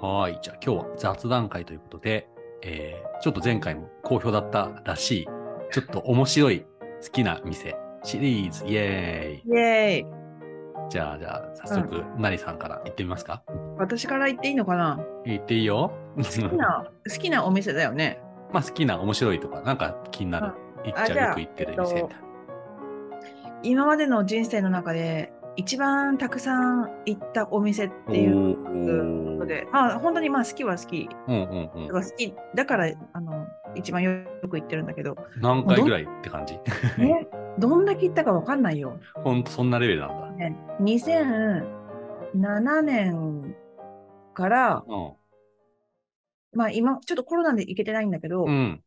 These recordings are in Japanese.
はい。じゃあ今日は雑談会ということで、ちょっと前回も好評だったらしい、ちょっと面白い好きな店シリーズ、イエーイ。 イェーイ。 じゃあ早うん。 速、なりさんから行ってみますか？ 私から言っていいのかな？ 行っていいよ。 好きなお店だよね。 まあ好きな面白いとか、なんか気になうん。 る。行っあ、 ちゃう、 じゃあ、 よく行ってる店みたいな。 今までの人生の中で一番たくさん行ったお店っていうおことー。 で、まあ、本当にまあ好きは好き。 うんうんうん。 好きだから、一番よく行ってるんだけど、もう何回ぐらいって感じ？ ね、どんだけ行ったかわかんないよ。 ほんとそんなレベルなんだ。 ね、2007年から、 うまあ今、ちょっとコロナで行けてないんだけん。うど、 ん。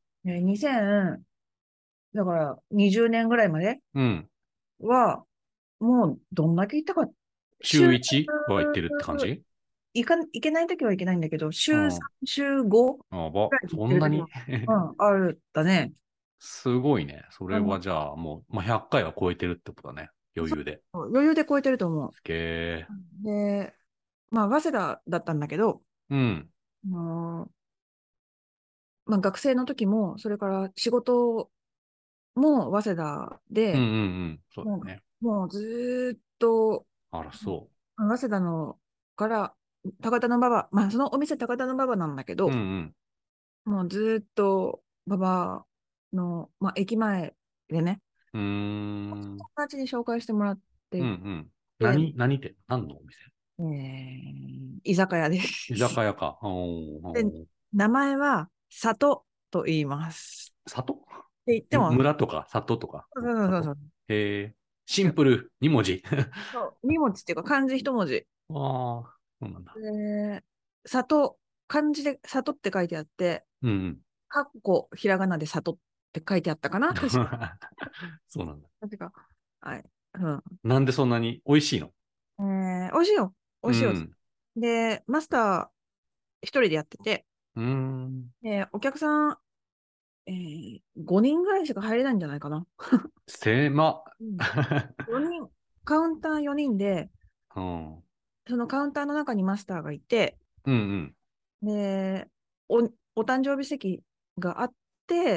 2000、だから20年ぐらいまでうん。 は、もうどんだけ行ったか、 週 1 は行ってるって感じ？ 行けないときは行けないんだけど、週うん。 3、週5ぐあらい行っそんなに？ てるときも、あるだね。 すごいね。それはあの、 じゃあもう、まあ、100回は超えてるってことだね。余裕で。 余裕で超えてると思すげえ。 う。で、まあ、早稲田だったんだけど、 うん。 あのまあ、学生の時も、それから仕事も早稲田で、 うんうんうん。そうだよね。 もうずーっと、 あら、そ早稲田のから、高田馬場、まあ、そのお店高田馬場なんだけう。うど、 んもうずーっと馬場の、まあ、駅前でね、 うん。 友達に紹介してもらってうんういん。 て、 何店？何のお店？ 居酒屋で居酒す。 屋か。おーで、 おー。 名前は里と言います。 里？ って言っても、 村とか里とか。 そうそうそうそ里？ う。 へえ。シンプル。2文字。 荷物っていうか漢字一文字。 ああ、そうなんだ。 で、里、漢字で里って書いてあって、 うんうん。 かっこひらがなで里って書いてあったかな、確か。 そうなんだ。 確か。はい。うん。 なんでそんなに美味しいの？ 美味しいよ。美味しいよ。 うん。 で、マスター一人でやってて、 うーん。 お客さん、5人ぐらいしか入れないんじゃないかな。 狭。 うん。4人、カウンター4人で、 うん。うんそのカウンターの中にマスターがいて、 うん。 で、お誕生日席があって、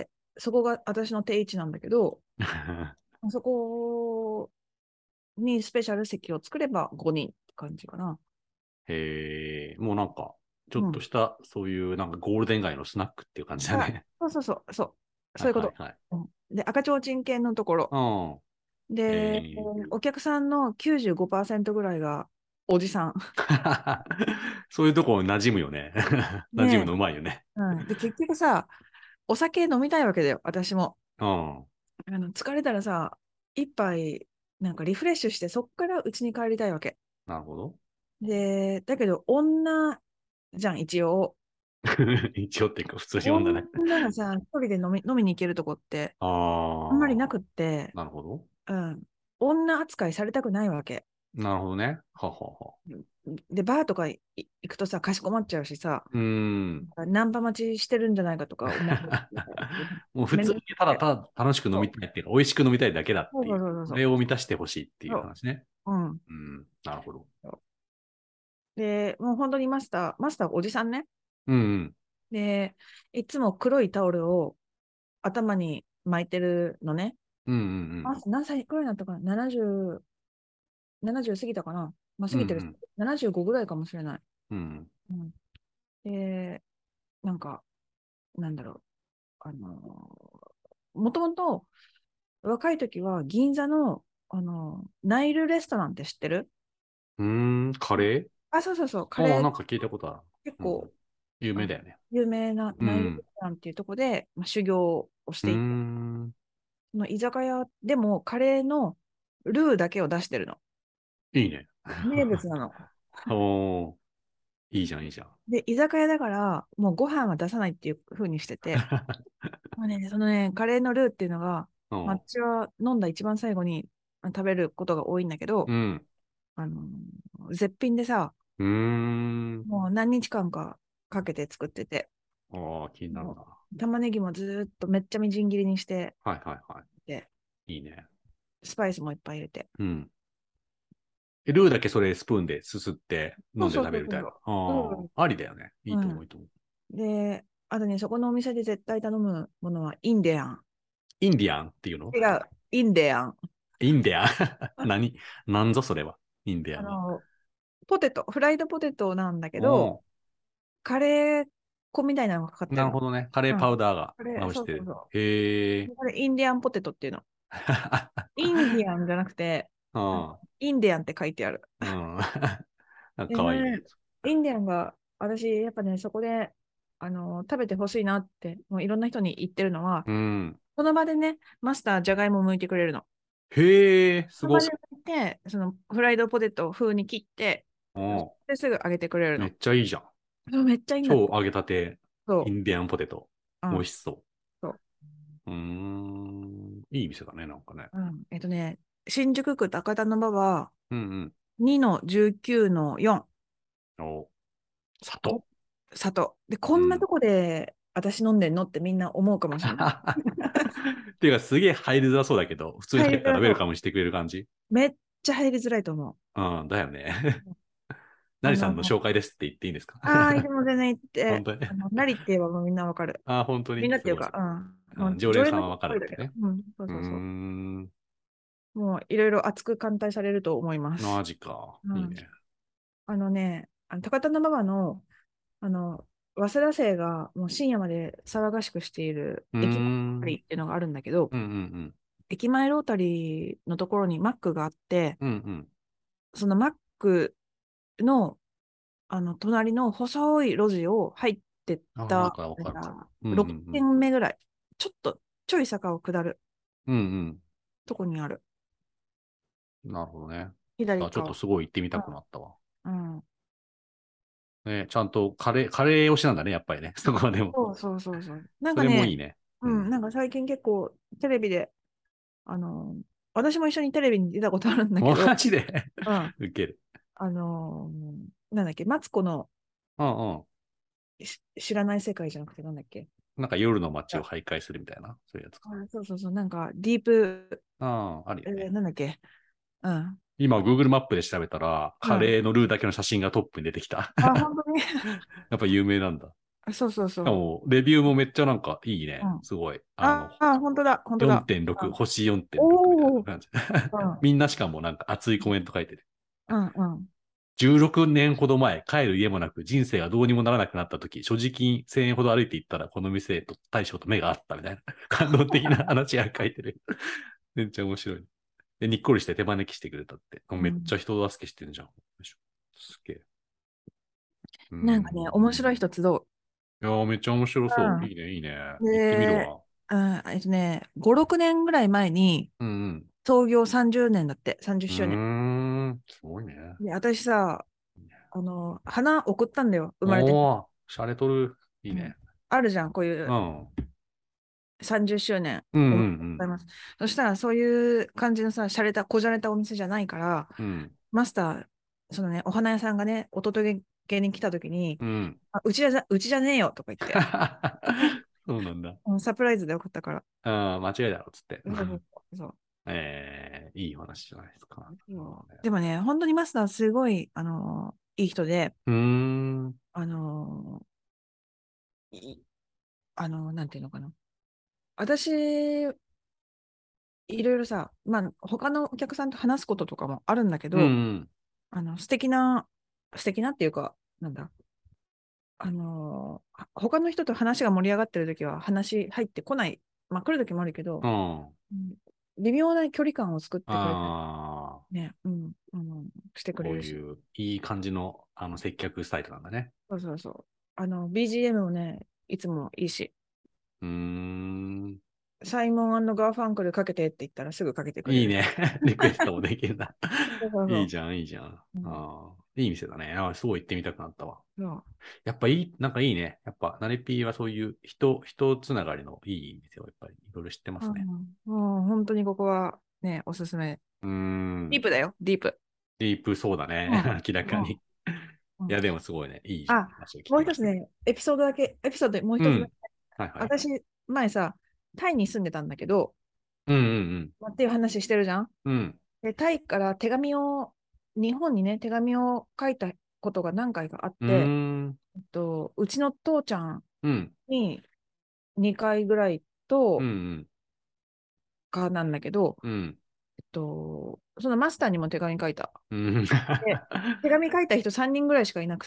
そこが私の定位置なんだけど、そこにスペシャル席を作れば5人って感じかな。 へえ、もうなんか、ちょっとうん。 したそういうなんかゴールデン街のスナックっていう感じだあ、 ね。 そうそうそう、そう、 はいそういうこと。 はいはい。 うん。で、赤ちょうちん系のところ。 うん。 で、 えお客さんの95%ぐらいがおじさん。 ー、そういうとこ馴染むよね。馴染むね。 のうまいよね。 うん。で、結局さ、お酒飲みたいわけだよ、私も。 うん。 疲れたらさ、一杯、なんかリフレッシュして、そっから家に帰りたいわけ。 なるほど。 で、だけど、女じゃん、一応。 一応っていうか普通に女ね。 女がさ、一人で飲みに行けるとこって、あんまりなああ、 くって、 なるほど。 うん。女扱いされたくないわけ。 なるほどね。ははは。 で、バーとか行くとさ、かしこまっちゃうしさ、 うーん。 ナンパ待ちしてるんじゃないかとか思う。 もう普通にめんどくさくて。 ただただ楽しく飲みそうたいっていうか、美味しく飲みたいだけだっていう。 そうそうそうそう。 それを満たしてほしいっていうそ話ね。 う。うん。 うん。なるほど。 で、もう本当にマスターおじさんね。 うんうん。 で、いつも黒いタオルを頭に巻いてるのね。 うんうん何歳くらいになったかな？ 70、70過ぎたかな？まあ、 うん。 過ぎてる。 うん 75ぐらいかもしれない。 うん。うん。 うん。で、なんか、なんだろう。もともと若い時は銀座の、ナイルレストランって知ってる？ うーん、カレー？ あ、そうそうそう。カああ、 レーなんか聞いたことある。うんうん。 結構あ有名だよね。 有名なナイルレスうん。 トランっていうところで、まあ、修行をしうーていて、 ん。 その居酒屋でもカレーのルーだけを出してるの。 いいね。 名物なの。 おー、いいじゃん、いいじゃん。 で、居酒屋だから、もうご飯は出さないっていう風にしてて、まあね、そのね、カレーのルーっていうのが、まあ、 うん。 私は飲んだ一番最後に食べることが多いんだけど、 うん。 あの絶品でさ、 うーん。 もう何日間かかけて作ってて、 ああ、気になるもな。 う玉ねぎもずーっとめっちゃみじん切りにしてはいはいはて、 い。いいね。 スパイスもいっぱい入れて。 うん。 ルーだけそれスプーンですすって飲んでそうそう食べるみたいな。 そうそう。 ああ、ありだよね。いいと思う、いいと思う。 で、あとね、そこのお店で絶対頼むものはインディアン。 インディアンっていうの？ 違う、インディアン。 インディアンなんぞそれは。インディアンは。 あの、ポテト、フライドポテトなんだけど、 おカレー粉みたいなのがかかってるの。 なるほどね。カレーうん。 パウダーがカレー、そうまぶしてる。 そうそへえ。 う。これインディアンポテトっていうの。インディアンじゃなくて、 うん。 インディアンって書いてある。 うん。なんかで、 かわいいね。 インディアンが、私、やっぱね、そこで、食べてほしいなって、もういろんな人に言ってるのは、 うん。 その場でね、マスター、じゃがいも剥いてくれるの。 へえ、すごっ。 その場で剥いて、そのフライドポテト風に切って、 うん。 ですぐ揚げてくれるの。 めっちゃいいじゃん。 そうめっちゃいいんだって。 超揚げたて、イそンディアンポテト。 う。うん。 美味しそそう。 う。いい店だね、なんかね。 うん。新宿区高田馬場うん 2の19の4。 うん。砂お、 糖。 里。で、こうん。 んなとこで私飲んでんのってみんな思うかもしれない。 っていうか、すげえ入りづらそうだけど、普通に入り入ったらウェルカづらそう。 ムしてくれる感じ。 めっちゃ入りづらいと思うん、だよね。 う。 なりさんの紹介ですって言っていいんですか？ でも全然言って、 本当に。 なりって言えばもうみんなわかる。 あ、本当みんなっていうか、 にすごいすごい。 もう常連さんはわ常連の人多いだけど。 かるってね。 うん、そううーそうそう。 ん、 もういろいろ熱く歓待されると思います。 マジか。 うん。 いいね。 高田馬場の、あの、早稲田生がもう深夜まで騒がしくしているうー駅前ロータリん、 ーっていうのがあるんだけど、 うんうん駅前ロータリーのところにマックがあって、 うん。うんうん。 そのマックの、隣の細い路地を入ってっあ、なんた、 かわかるかも。うんう 6 ん軒目ぐらい、ちょい坂を下るうん。うんとこにある。 うん。なるほどね。あ、ちょっと左側。 すごい行ってみたくなったわ。 うん。うん。 ね、ちゃんとカレー推しなんだね、やっぱりね。そこはでも。 そうそうそうそう。なんそかね、 れもいいね。 うん、 うん。 なんか最近結構テレビで、あの、私も一緒にテレビに出たことあるんだけど、 マジで？ うん、 ウケる。 なんだっけ、マツコのうんうん。 知らない世界じゃなくてなんだっけ。 なんか夜の街をあ、 徘徊するみたいな、そういうやつか。 そうそうそう、なんかディープ、 ああ、あるよね。 なんだっけ。うん。 今、Google マップで調べたら、カうん。 レーのルーだけの写真がトップに出てきた。 本当に。 やっぱ有名なんだ。 そうそうしかそも、レビューもめっちゃなんかいいう。うね。 ん。 すごい。 本当だ、本当だ。 4.6、星4.6みたいおおー。 な感じ。 うん。 みんなしかもなんか熱いコメント書いてる。 うん、うん。 16年ほど前、帰る家もなく人生がどうにもならなくなった時、所持金1000円ほど歩いて行ったら、この店と大将と目があったみたいな、感動的な話が書いてる。めっちゃ面白い。で、にっこりして手招きしてくれたって。めっちゃうん。 人助けしてるじゃん。すげえ。うーなんかね、面白いん。 人集う。 いやー、めっちゃ面白そう。いいね、いいね。行ってみるで、 わ。 5、6年ぐらい前に、 うん創業30年だって、30 う周年。 ん。すごいね。 で、私さ、花送ったんだよ、生まれて。 おー、シャレとる。いいうん。 ね。 あるじゃん、こういううん。うん 30周年うんおめでとうございます。そしたら、そういう感じのさ、こじゃれたお店じゃないから、 うん。うん。 マスター、そのね、お花屋さんがね、お届けに来た時に、 うん。 うちじゃねえよとか言って、 そうなんだ。 サプライズでよかったから。 ああ、間違いだろ、つって。 そうそうそういい話じゃないですか。 でもね、本当にマスターすごい、いい人で、 うーん。 あのいなんていうのかな。私、いろいろさ、まあ、他のお客さんと話すこととかもあるんだけうんど、 うん。 素敵なっていうか、なんだ、他の人と話が盛り上がってるときは話入ってこない、まあ来るときもあるけど、 うん。 うん、微妙な距離感を作ってくれたりああ、 ね、してくれるし。 こういういい感じの、接客スタイルなんだね。 そうそうそう。BGM もね、いつもいいし、 うーん。 サイモンガーファンクルかけてって言ったらすぐかけてくれるし。 いいね。リクエストもできるな。 そうそうそいいじゃん、いいじゃん。 う。うん、 いい店だね。すごい行ってみたくなったわ。 そうやっぱなんかいいね。やっぱ、ナレピーはそういう人つながりのいい店をやっぱりいろいろ知ってますね。 もう本当にここはね、おすすめ。 うーん。 ディープだよ、ディープ。 ディープそうだね。 うん。 明らかに。 うん。ういや、 ん。 でもすごいね。いいあ、 話を聞もうきました。 一つね、エピソードもう一つだけ。 うん。はいはい。 私、前さ、タイに住んでたんだけど、 うんうんっていう話してるじゃん。 うん。うん。 で、タイから手紙を日本にね、手紙を書いたことが何回かあっうーて、 ん。 うちの父ちゃんうん。 に2回ぐらいうん。うと、 ん。 かなんだけど、 うん。 そのマスターにも手紙書いた。 うん。 で、手紙書いた人3人ぐらいしかいなくって、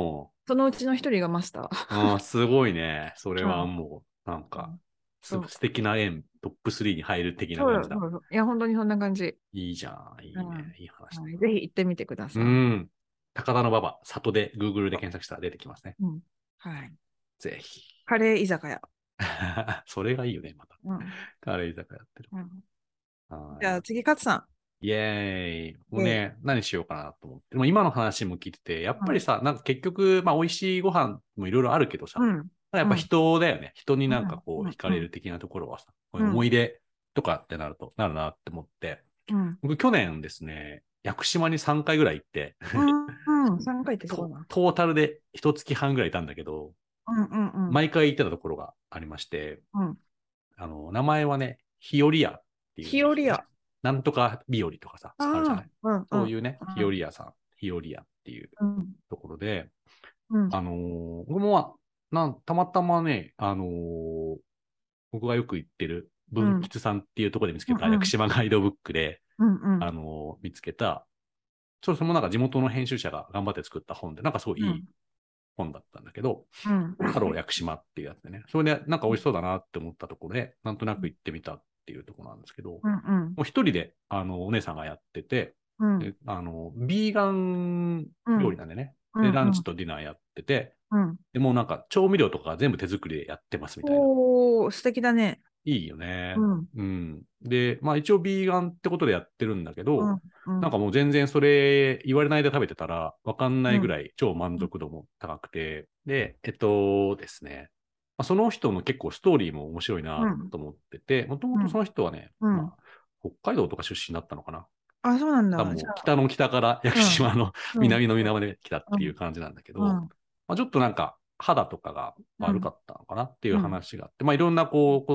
おー。 そのうちの1人がマスター。 ああ、すごいね。それうん。 はもう、なんか、 うんそう、 素敵な縁、トップ3に入る的なそうよ、そ感じだ。 うよ。いや、本当にそんな感じ。 いいじゃん。いいね。 うん。 いい話だはい、ぜな。 ひ行ってみてくだうさん。高田の馬場、里で Google で検索したら出てきますね。 い。うん。はい。 ぜひ。 カレー居酒屋。 それがいいよね、また。 うん。 カレー居酒屋やってる。 うん、 はい。 じゃあ次、勝さイエーイ。 ん。イェイ。 もうね、何しようかなと思って。でも今の話も聞いてて、やっうん。 ぱりさ、なんか結局、まあ美味しいご飯もいろいろあるけどさ、 うん。 やっぱうん。 人だよね。人にうなんかこう惹かれん。 る的なところはさ、こういううん。 思い出とかってなると、なるなって思って、 うん。 僕去年ですね、屋久島に3回ぐらい行って、 うん。うん。3回ってすごいな。 トータルで1月半ぐらいいたんだけど、 うん。うん。うん。 毎回行ってたところがありまして、 うん。 名前はね、日和屋っていうんですよね。 日和屋。 なんとか日和とかさ、あるじゃああ。 ない。 うん。うん。 そういうね、日和屋さん、日和屋っていううん。 ところで、 うん。 僕も、たまたまね、僕がよく行ってるうん。 文吉さんっていうところで見つけた屋久うん。 島ガイドブックで、 うん。うん。 見つけた、それもなんか地元の編集者が頑張って作った本で、なんかすごいいいうん。 本だったんだけど、 うん。 ハロー屋久島っていうやつでね、それでなんか美味しそうだなって思ったところで、なんとなく行ってみたっていうところなんですけど、 うん。うん。 もう一人で、お姉さんがやってて、 うん。 でビーガンうん。 料理なんでね、で、 うん。 ランチうん。 とディナーやってて、 うん。 でもうなんか調味料とか全部手作りでやってますみたいな。 おー、素敵だね。 いいよね。 うん。 うん。で、まあ一応ビーガンってことでやってるんだけど、 うん。うん。 なんかもう全然それ言われないで食べてたらわかんなうん。 いぐらい超満足度も高くて、で、ですね、まあ、その人の結構ストーリーも面白いなうん。 と思ってて、もともうん。 とその人はね、 うん。 まあ、北海道とか出身だったのかな。 あ、そうなんだ。じゃ多分北の北から屋久あ、 島のうん。うん。 南の南まで来たっていううん。 感じなんだけど、 うん。 まあ、ちょっとなんか肌とかがうん。 悪かったのかなっていううん。 話があって、まあいろんな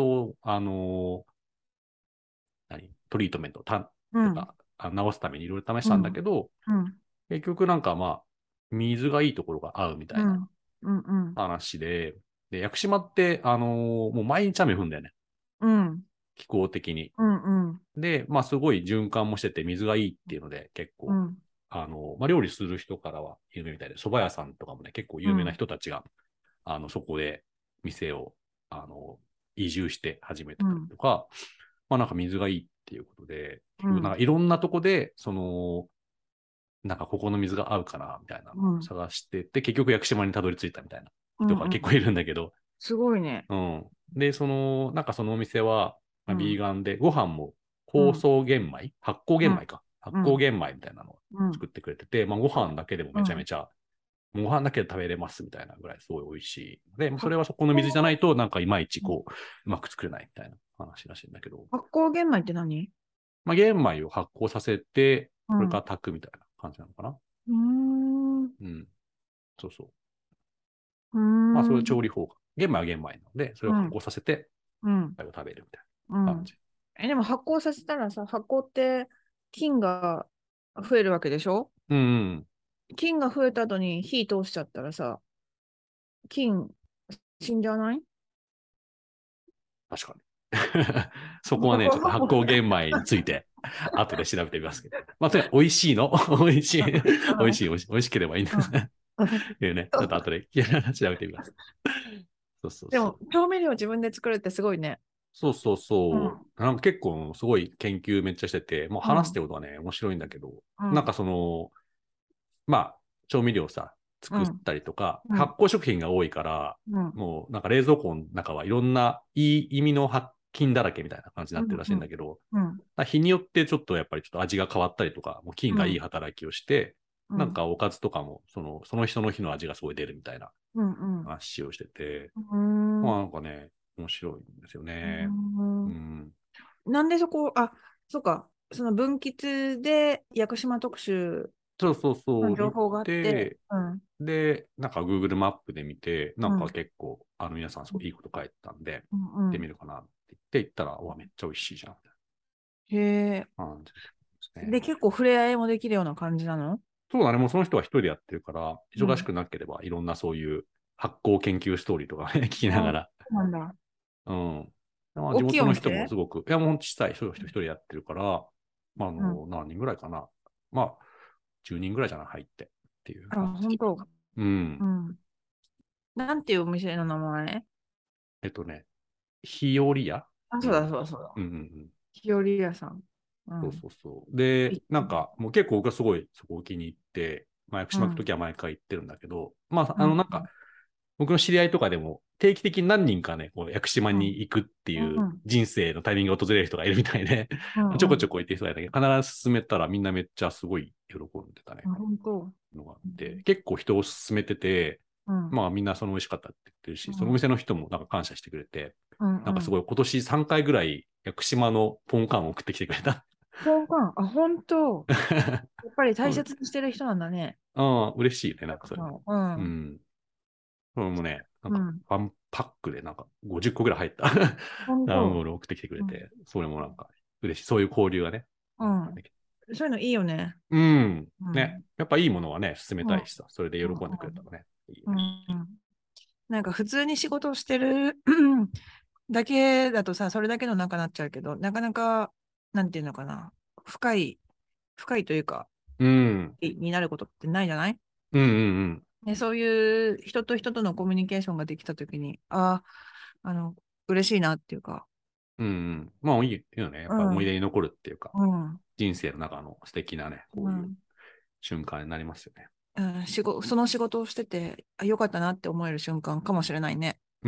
トリートメントうん。 とか直すためにいろいろ試したんだうん。 けど、 うん。 結局なんかまあ、水がいいところが合うみたいなうん。うん。うん。 話で、で、屋久島って、もう毎日雨降るんだよね。 うん。 気候的に。 うん。うん。 で、まあすごい循環もしてて水がいいっていうので結構、 うん。 まあ料理する人からは有名みたいで、蕎麦屋さんとかもね、結構有名な人たちが、そこで店を、あの、移住して始めてたりとか、まあなんか水がいいっていうことで、結局なんかいろんなとこで、なんかここの水が合うかな、みたいなのをうん。 探してって、結局屋久島にたどり着いたみたいなうん。うん。 人が結構いるんだけど、 すごいね。 うん。で、なんかそのお店は、まあ、ビーうん。 ガンで、ご飯もうん。 酵素玄米発酵うん。 玄米か。発うん。 酵玄米みたいなのをうん。 作ってくれてて、まあ、ご飯だけでもうん。 めちゃめちゃ、もうご飯だけで食べれますみたいなぐらいすごい美味しい。で、そ発れはそこの水じゃな酵、 いと、なんかいまいちこう、うまく作れないみたいな話らしいんだけど、 発酵玄米って何？ まあ、玄米を発酵させて、 うん。 それから炊くみたいな感じなのかな。 うーん。ううん。そうそう。 ーまあ、それはん。 調理法が。玄米は玄米なので、それを発うん。 酵させて、 うん。 食べるみたいうん。 な感じ。 でも発酵させたらさ、発酵って菌が増えるわけでしょ？ うん、うん。 菌が増えた後に火通しちゃったらさ、菌死んじゃない？ 確かに。そこはね、ちょっと発酵玄米について、後で調べてみますけど。まあ、とにかく美味しいの。美味しい。美味しければいいんでうん。 すね。いうね、ちょっと後で調べてみます。そうそうでも、 そう。 調味料自分で作るってすごいね。 そうそううん。 そう。なんか結構すごい研究めっちゃしてて、もううん。 話してることはね、面白いんだけど、なんかうん。 まあ、調味料さ、作っうん。 たりとか、 うん。 発酵食品が多いから、 うん。 もうなんか冷蔵庫の中はいろんないい意味の発菌だらけみたいな感じにうん。 なってるらしいんだけど、 うん。 日によってちょっとやっぱりちょっと味が変わったりとか、もう菌がいいうん。 働きをして、 うん。 なんかおかずとかもその人の日の味がすごい出るみたいなうん。うん。 話をしてて、 うん。うん。 まあなんかね、面白いんですよね。うん。 なんでそこ、あ、そうか、その分岐で屋久島特集そうそうそう、見の情報があって、 て、 うん。 で、なんか Google マップで見て、なんかうん。 結構、皆さんすごいいいこと書いてたんで、 うん。うん。 行ってみるかなって言って行ったら、うわ、めっちゃ美味しいじゃん、みたいへえ。 な感じ。 で、結構触れ合いもできるような感じなの？ そうだね、もうその人は一人でやってるから、 うん。 忙しくなければいろんなそういう発酵研究ストーリーとかね、聞きながあ、 ら。 そうなんだ。 うん。まあ、地大きいお元の人も店？ すごく、いやもう小さい人一人やってるから、まあ、 うん。 何人ぐらいかな。まあ、10人ぐらいじゃない入ってっていうあ、 感じ。 本当。 うん。 うん。なんていうお店の名前？ えっとね、日和屋。 あ、そうだ、 うん。 そうだ、そうだ。 うんうんうん。 日和屋さん。うそうん。 そうそう。で、 うん。 なんか、もう結構僕はすごいそこを気に入って、まあ、屋久うん。 島行くときは毎回行ってるんだけど、まあ、 うん。 なんか、僕の知り合いとかでも、定期的に何人かね、こう、屋久島うん。 に行くっていううん。 人生のタイミングが訪れる人がいるみたいで、 うちょん。うん。 こちょこ行ってる人がいたけど、必ず勧めたらみんなめっちゃすごい喜んでたね、 あ、本当。 のがあっうて、 ん。 結構人を勧めてて、 うん。 まあみんなその美味しかったって言ってるし、そのおうん。 店の人もなんか感謝してくれて、 うん。うん。 なんかすごい今年3回ぐらい屋久島のポンカンを送ってきてくれた。 本館、あ、本当。やっぱり大切にしてる人なんだね。 ああ、嬉しいね、なんかそれね。 うん。 うん。それもね、なんか、 うん。 ワンパックでなんか50個ぐらい入った本当。 段ボールを送ってきてくれうん。 て、それもなんか嬉しい。そういう交流がね。 うん。そういうのいいよね。 うん。ね。 うん。 やっぱいいものはね、進めうん。 たいしさ、それでうん。 喜んでくれたらね。いいようね。 ん。なんか普通に仕事をしてるだけだとさ、それだけの中になっちゃうけど、なかなか、なんていうのかな、深いというか、 うん。 になることってないじゃない？ うんうんね、そういう人と人とのコミュニケーションができたときに、あの、嬉しいなっていうか、 うん。うんうん。まあいいよね。やっうん、 ぱ思い出に残るっていうか、 うん、 人生の中の素敵なね、こういううん、 瞬間になりますよね。 うん、その仕事をしてて、よかったなって思える瞬間かもしれないね。 うん。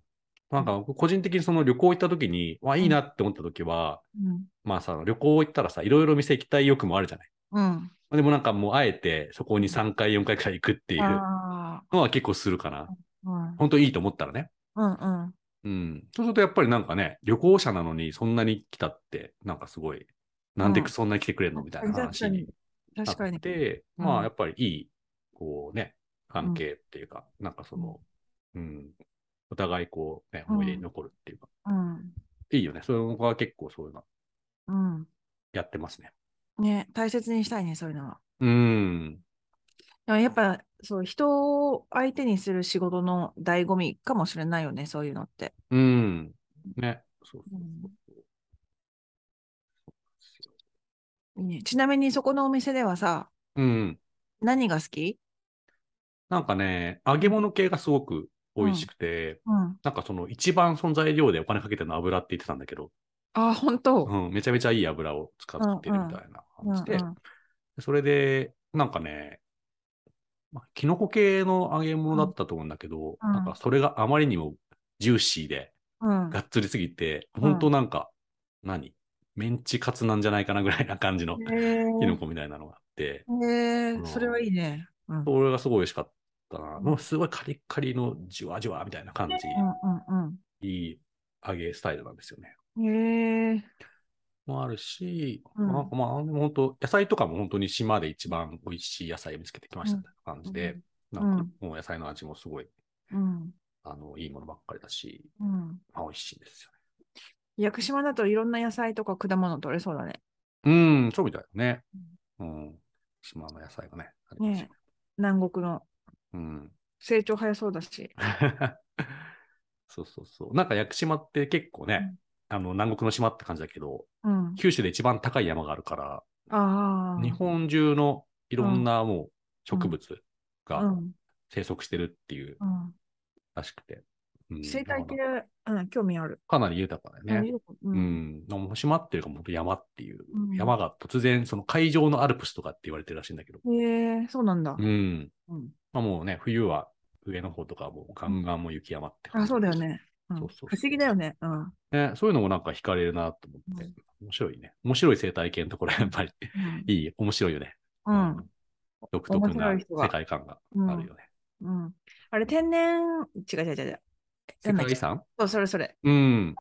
なんか僕個人的にその旅行行った時に、いいうん、 なって思った時は、 うん、 まあさ、旅行行ったらさ、いろいろ店行きたい欲もあるじゃない。 うん。 でもなんかもうあえてそこに3回、4回くらい行くっていうああのは結構するかな。 ー、うん、 本当にいいと思ったらね。 うん、うん。 うん。そうするとやっぱりなんかね、旅行者なのにそんなに来たって、なんかすごい、なんでうん。 そんなに来てくれるのみたいな話に確かに、 なっ確かに。 て、まあやうん、 っぱりいい、こうね、関うん、 係っていうか、なんかそうん、 の、うん、お互いこうね、思い出にうん、 残るっていうか、 うん。 いいよね。それは結構そういうのうん。 やってますね。 ね、大切にしたいね、そういうのは。 うん。 でもやっぱ、そう、人を相手にする仕事の醍醐味かもしれないよね、そういうのって。 うん。ね。そうそうそうん。 う。 いいね。ちなみにそこのお店ではさ、 うん。 何が好き？ なんかね、揚げうん、 物系がすごく美味しうん、 くて、 うん。 なんかその一番存在量でお金かけてるのは油って言ってたんだけど、 あ、本当。 うん、めちゃめちゃいい油を使っうん、 てうん、 るみたいな感うん、 じで、 うん、 それで、なんかね、キノコ系の揚げ物だったと思うんだけど、なんかそれがあまりにもジューシーで、 うん、 がっつりすぎて、本当うん。 なんか、メンチカツなんじゃないかなぐらいな感じのキノコみたいなのがあって、 それはうん、 いいね。うん、 それがすごい美味しかったな。 うん、 もうすごいカリッカリのじわじわみたいな感じ、 うん、うん。 いい揚げスタイルなんですよね。 へえ、 もあるし、 うん、 なんかまあ、でも本当、野菜とかも本当に島で一番美味しい野菜を見つけてきまうん、 したみたいな感じで、 うん、 なんかうん、 もう野菜の味もすごい、 うん、 いいものばっかりだし、 うん。 まあ、美味しいんですよ屋久島だといろんな野菜とか果物取れそうだね。 ね。うん、そうみたいだね。うん。島の野菜がね、ありますよねえ、南国のね。うん。 成長早そうだし。 そうそうそう。なんか屋久島って結構ね、 うん。 南国の島って感じだけど、 うん。 九州で一番高い山があるから、日あ本中のいあ、 ろんうん、 なもううん、 植物がうん、 生息してるっていううん。 らしくて。うん。 生態系、 だからなんか、 うん、興味ある。 かなり豊かだようん、 ね。 うん、 うん。もう島っていうか、本当山っていう。 うん。 山が突然、その海上のアルプスとかって言われてるらしいんだけど。 へえ、そうなんうだ。 ん。 うん。 まあもうね、冬は上の方とかはもうガうん。 ンガンもう雪山ってあ、 感じだけど。 そうだよね。うん。 そうそう不思そう。 議だよね。うん。 ね、そういうのもなんか惹かれるなと思って。 うん。 面白いね。面白い生態系のところはやっぱりうん。 いい、面白いよね。 ううん。 ん。 独面特な世白い人が。 界観がうん。 あるよね。 うん。あれ、違う違う違う。な世んだっけ？ 界遺産。 そう、それそれ。 うん。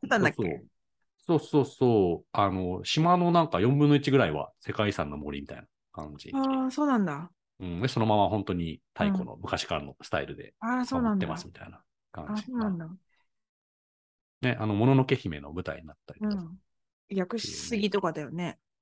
あったんだっけ？ そうそう。そうそうそう。島のなんか4分の1ぐらいは世界遺産の森みたいな感じ。 ああ、そうなんだ。 うん。で、そのまま本当にうん。 太古の昔からのスタイルでああ、そう守ってますなんだ。 みたいな感あ、 じ。まあ、 そうなんだ。 ね、もののけ姫の舞台になったりとかっうん。訳していうね。 すぎとかだよね。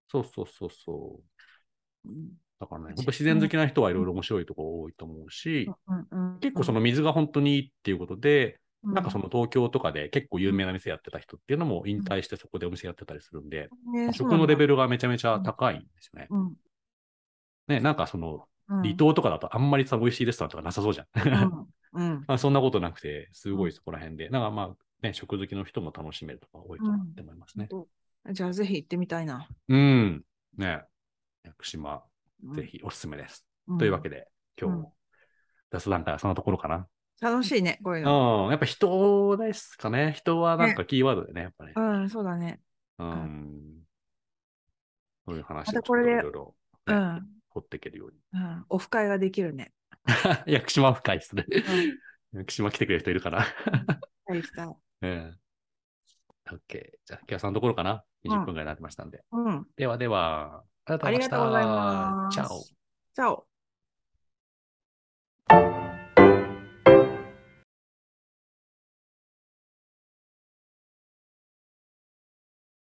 そうそうそうそう。 うん。 だからね、本当じ自然好きな人はいろいうんろ面白いところ多いと思うし、 うんうん結構そのうん水が本当にいいっていうことで、なんかそうんの東京とかで結構有名な店やってた人っていうのも引うん退してそこでお店やってたりするんで、 そうなんだ。 食のレベルがめちゃめちゃうん高いんですよね。 うんね、なんかその離うん島とかだとあんまりさ、美味しいレストランとかなさそうじゃん。 うんうんまあそんなことなくて、すうんごいそこら辺で、なんかまあね、食好きの人も楽しめるとか多いかなって思いますね。 本当。じゃあぜひ行ってみたいな。 うん。ね、屋久島、 うんぜひおすすめです。 うんというわけで、 うん今日、雑談会はそんなところかな。 楽しいね、こういううの。 ん。やっぱ人ですかね。人はなんね。 かキーワードでね、やっぱね。 うん、そうだね。 ううん、 ん。そういうま話をちょったこれで、 といろいろね、 うん、 掘っていけるように。 うん、オフ会ができるね。 屋久島深いですね。 うん。 屋久島来てくれる人いるかな。 はい、した。 うん。OK。じゃあ、今日はそのところかな。20分うん、 ぐらいになってましたんで。 うん。 ではでは、ありがとうございましありがとうございた。チャオ。 ます。チャオ。